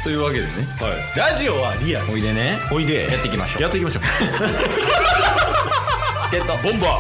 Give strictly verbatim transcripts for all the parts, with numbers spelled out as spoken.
というわけでね、 はい、ラジオはリアル。 おいでね、 おいでやっていきましょう。 やっていきましょうゲットボンバ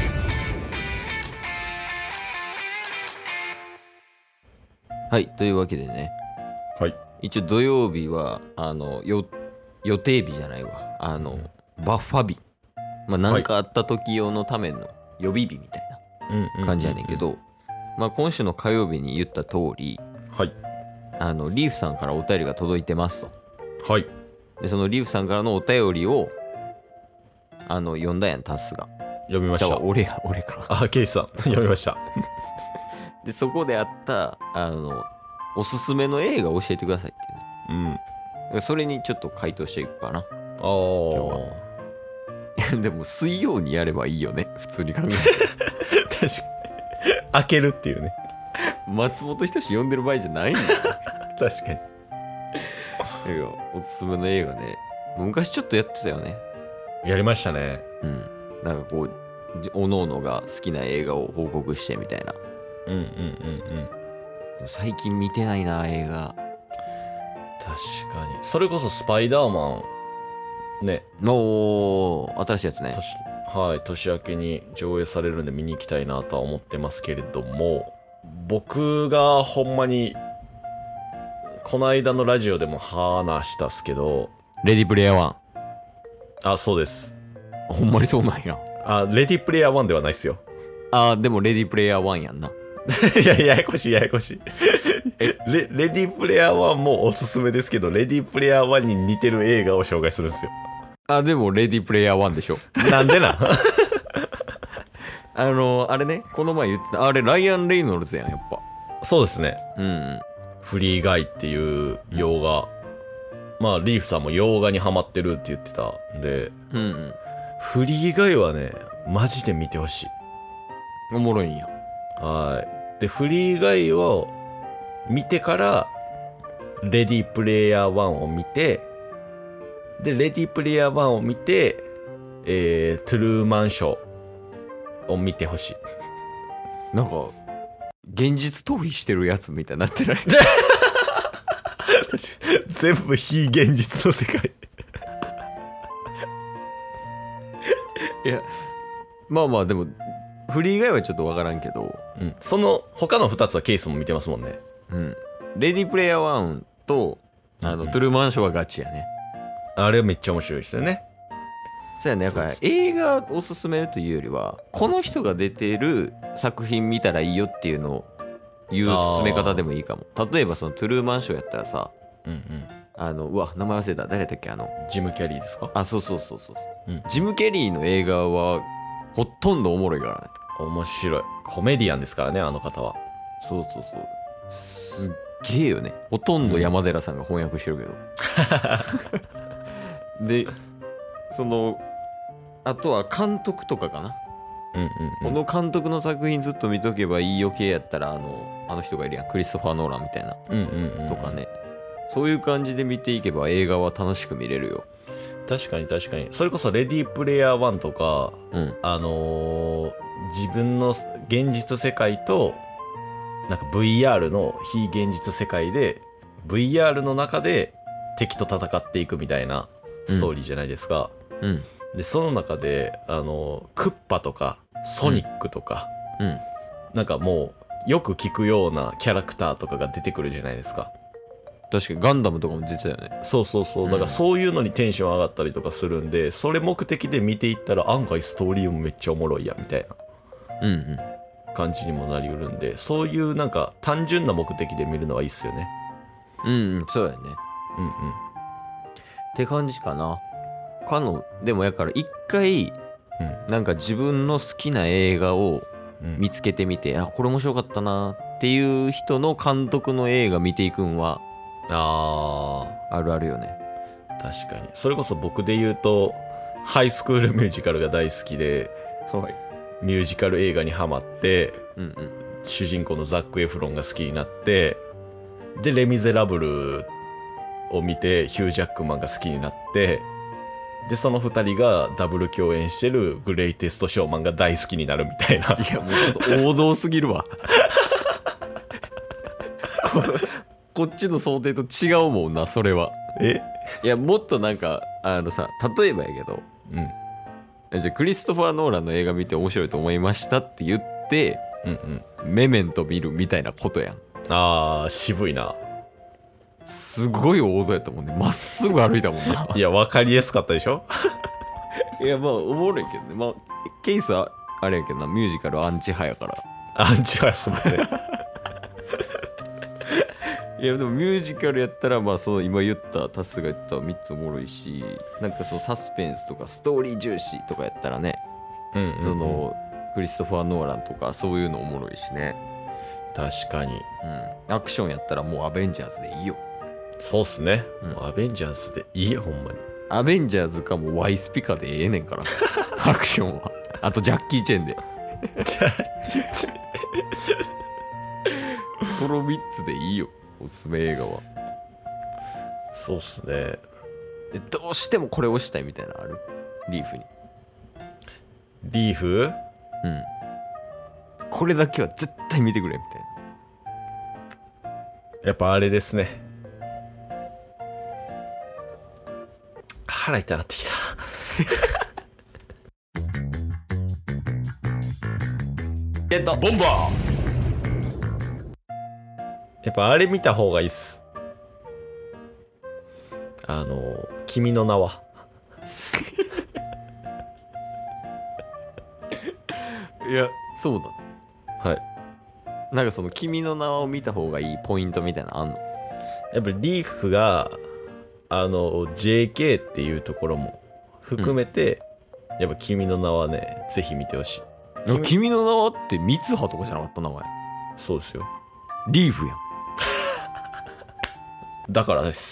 ー。はい、というわけでね、 ー。はい。 一応土曜日はあのよ予定日じゃないわ、あのバッファ日、まあ何かあった時用のための予備日みたいな感じやねんけど、まあ今週の火曜日に言った通り、 はい。 あのリーフさんからお便りが届いてますと。 はい。 でそのリーフさんからのお便りをあの読んだやん、タスが。 読みました。 俺や俺か。 あ、ケイスさん読みました。 でそこであったあのおすすめの映画を教えてくださいっていうね。うん。それにちょっと回答していくかな。ああ。今日は。でも水曜にやればいいよね、普通に考えて。 確かに。開けるっていうね。 松本人志呼んでる場合じゃないんだよ。 確かに。 いや、おすすめの映画ね、昔ちょっとやってたよね。 やりましたね。 うん。なんかこうおのおのが好きな映画を報告してみたいな。 うんうんうんうん。 最近見てないな映画。 確かに。それこそスパイダーマンね。 おー、新しいやつね。 はい、年明けに上映されるんで見に行きたいなとは思ってますけれども、僕がほんまにこの間のラジオでも話したっすけど、 レディプレイヤーワン。 あ、そうです。 ほんまにそうなんや。 あ、レディプレイヤーワンではないっすよ。 あ、でもレディプレイヤーワンやんな。 いや、ややこしいややこしい。えレ、レディプレイヤーワンもおすすめですけど、レディプレイヤーワンに似てる映画を紹介するんですよ。 あ、でもレディプレイヤーワンでしょ。 なんでなあのあれね、この前言ってたあれライアン・レイノルズやん、やっぱ。 そうですね。 うん、うん、 フリーガイっていう洋画、まあリーフさんも洋画にハマってるって言ってたんで、 うんうん、 フリーガイはねマジで見てほしい。 おもろいんや。 はい。でフリーガイを見てからレディープレイヤーワンを見て、でレディープレイヤーワンを見て、えー、トゥルーマンショーを見てほしい。 なんか現実逃避してるやつみたいになってない？ 全部非現実の世界。 いや、まあまあでもフリー以外はちょっとわからんけど、 うん、その他のふたつはケースも見てますもんね。 うん。レディープレイヤーワンとあの、うんうん、トゥルーマンショーはガチやね。 あれめっちゃ面白いですよね。 そうやね。だから映画おすすめというよりは、この人が出てる作品見たらいいよっていうのを言う進め方でもいいかも。例えばそのトゥルーマンショーやったらさ、うんうん、あのうわ名前忘れた、誰だっけ、あのジム・キャリーですか？ あ、そうそうそうそう、うん、ジム・キャリーの映画はほとんどおもろいからね。面白い。コメディアンですからね、あの方は。 そうそうそう、すっげえよね。ほとんど山寺さんが翻訳してるけど、うん、でそのあとは監督とかかな、うんうんうん、この監督の作品ずっと見とけばいいよ系やったら、あのあの人がいるやん、クリストファー・ノーランみたいな、うんうんうん、とかね。そういう感じで見ていけば映画は楽しく見れるよ。 確かに確かに。それこそレディープレイヤーワンとか、うん、あのー、自分の現実世界となんか ブイアール の非現実世界で ブイアール の中で敵と戦っていくみたいなストーリーじゃないですか、うんうん、でその中であのクッパとかソニックとか、うんうん、なんかもうよく聞くようなキャラクターとかが出てくるじゃないですか。 確かにガンダムとかも出てたよね。 そうそうそう。だからそういうのにテンション上がったりとかするんで、それ目的で見ていったら案外ストーリーもめっちゃおもろいやみたいな、うんうん、感じにもなりうるんで、そういうなんか単純な目的で見るのはいいっすよね。 うんうん、そうやね。うんうん。って感じかな。かのでもやから一回、うん、なんか自分の好きな映画を見つけてみて、うん、あこれ面白かったなっていう人の監督の映画見ていくんはああるあるよね。 確かに。それこそ僕で言うとハイスクールミュージカルが大好きで、はい、ミュージカル映画にハマって、うんうん、主人公のザック・エフロンが好きになって、でレ・ミゼラブルを見てヒュー・ジャックマンが好きになって、でそのふたりがダブル共演してるグレイテスト・ショーマンが大好きになるみたいな。いやもうちょっと王道すぎるわ。こ, こっちの想定と違うもんなそれは。 えいやもっとなんかあのさ例えばやけど、うん、じゃあクリストファー・ノーランの映画見て面白いと思いましたって言って、うんうん、メメント見るみたいなことやん。 あー渋いな。 すごい王道やったもんね。まっすぐ歩いたもんな。 いや分かりやすかったでしょ。 いやまあおもろいけどね。まあケースはあれやけどな、ミュージカルアンチ派やから。 アンチ派すもんね。 いやでもミュージカルやったらまあその今言ったタスが言ったみっつおもろいし、なんかそのサスペンスとかストーリー重視とかやったらね、うんうんうん、そのクリストファー・ノーランとかそういうのおもろいしね。 確かに、 うん、アクションやったらもうアベンジャーズでいいよ。 そうっすね、うん、アベンジャーズでいいよほんまに。 アベンジャーズかもうワイスピかでええねんからアクションは。あとジャッキー・チェンでジャッキー・チェンこのみっつでいいよおすすめ映画は。 そうっすね。 でどうしてもこれをしたいみたいなのある？リーフに。 リーフ？うん。 これだけは絶対見てくれみたいな。やっぱあれですね。腹痛なってきた。 ゲットボンバー。 やっぱあれ見た方がいいっす。あの君の名は。 いやそうなの。 はい。 なんかその君の名はを見た方がいいポイントみたいなのあんの？ やっぱりリーフがあの ジェーケー っていうところも含めて、うん、やっぱ君の名はねぜひ見てほしい。 君, 君の名はって三葉とかじゃなかった名前？ そうですよ。 リーフやん。 だからです。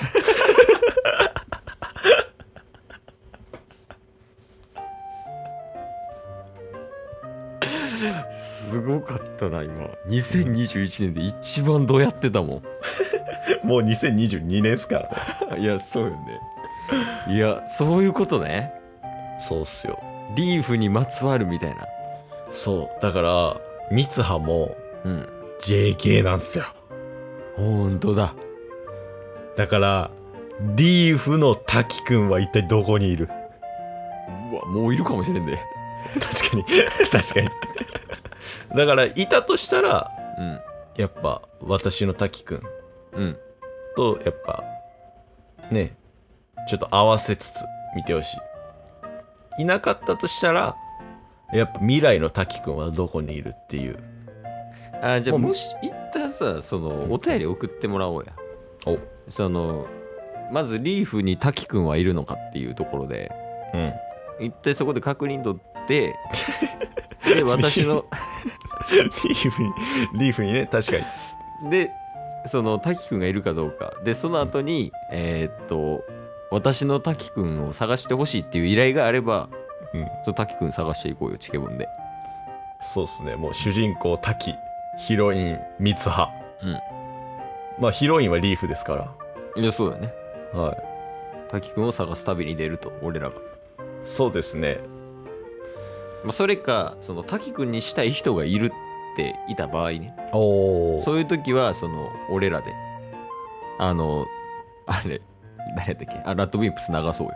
すごかったな今。にせんにじゅういちねんで一番どうやってたもん。もうにせんにじゅうにねんっすからね。いやそうよね。いやそういうことね。 そうっすよ。 リーフにまつわるみたいな。 そうだから三葉も、うん、ジェーケー なんすよ。 ほんとだ。 だからリーフの滝くんは一体どこにいる？ うわもういるかもしれんで。 確かに確かに。だからいたとしたら、うん、やっぱ私の滝くん、うん、とやっぱねちょっと合わせつつ見てほしい。いなかったとしたらやっぱ未来の滝くんはどこにいるっていう。 あじゃあもし一旦さそのお便り送ってもらおうや。おそのまずリーフに滝くんはいるのかっていうところで、うん、一体そこで確認取ってで私のリーフにリーフにね確かにでその滝くんがいるかどうかでその後に、うん、えー、っと私の滝くんを探してほしいっていう依頼があれば、うん、その滝くん探していこうよチケボンで。 そうっすね。もう主人公滝、ヒロイン三葉、うん、まあヒロインはリーフですから。 いやそうだね。 はい。 滝くんを探す旅に出ると俺らが。 そうですね。 まあ、それかその滝くんにしたい人がいるっていた場合ね。おそういう時はその俺らであのあれ誰だっけあラッドウィンプス流そうよ。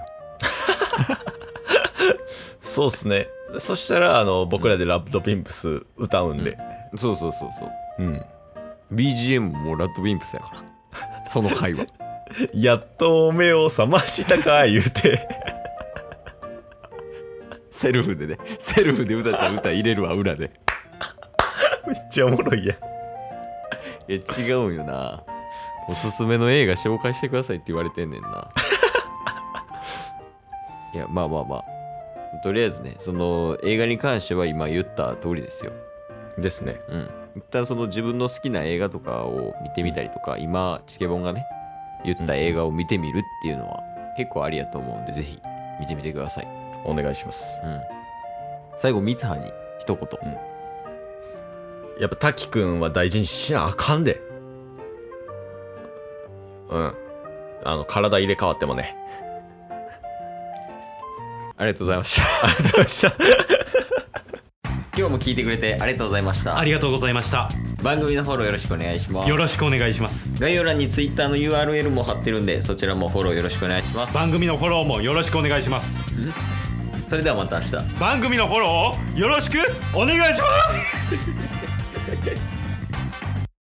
そうっすね。そしたらあの僕らでラッドウィンプス歌うんで、 うん、そうそうそうそう。うん。ビージーエム もラッドウィンプスやから。その回は。 やっと目を覚ましたか言うて。 セルフでねセルフで歌った歌入れるわ裏で。 めっちゃおもろいやん。 いや違うんよな。おすすめの映画紹介してくださいって言われてんねんな。いやまあまあまあとりあえずねその映画に関しては今言った通りですよ。 ですね。 うん。一旦その自分の好きな映画とかを見てみたりとか今チケボンがね言った映画を見てみるっていうのは結構ありやと思うんで、ぜひ見てみてください。 お願いします。 うん。最後三葉に一言。うん。 やっぱ滝くんは大事にしなあかんで。うん。あの体入れ替わってもね。 ありがとうございました。 ありがとうございました。 今日も聞いてくれてありがとうございました。 ありがとうございました。 番組のフォローよろしくお願いします。 よろしくお願いします。 概要欄に Twitter の ユーアールエル も貼ってるんで、そちらもフォローよろしくお願いします。 番組のフォローもよろしくお願いします。 それではまた明日。 番組のフォローをよろしくお願いします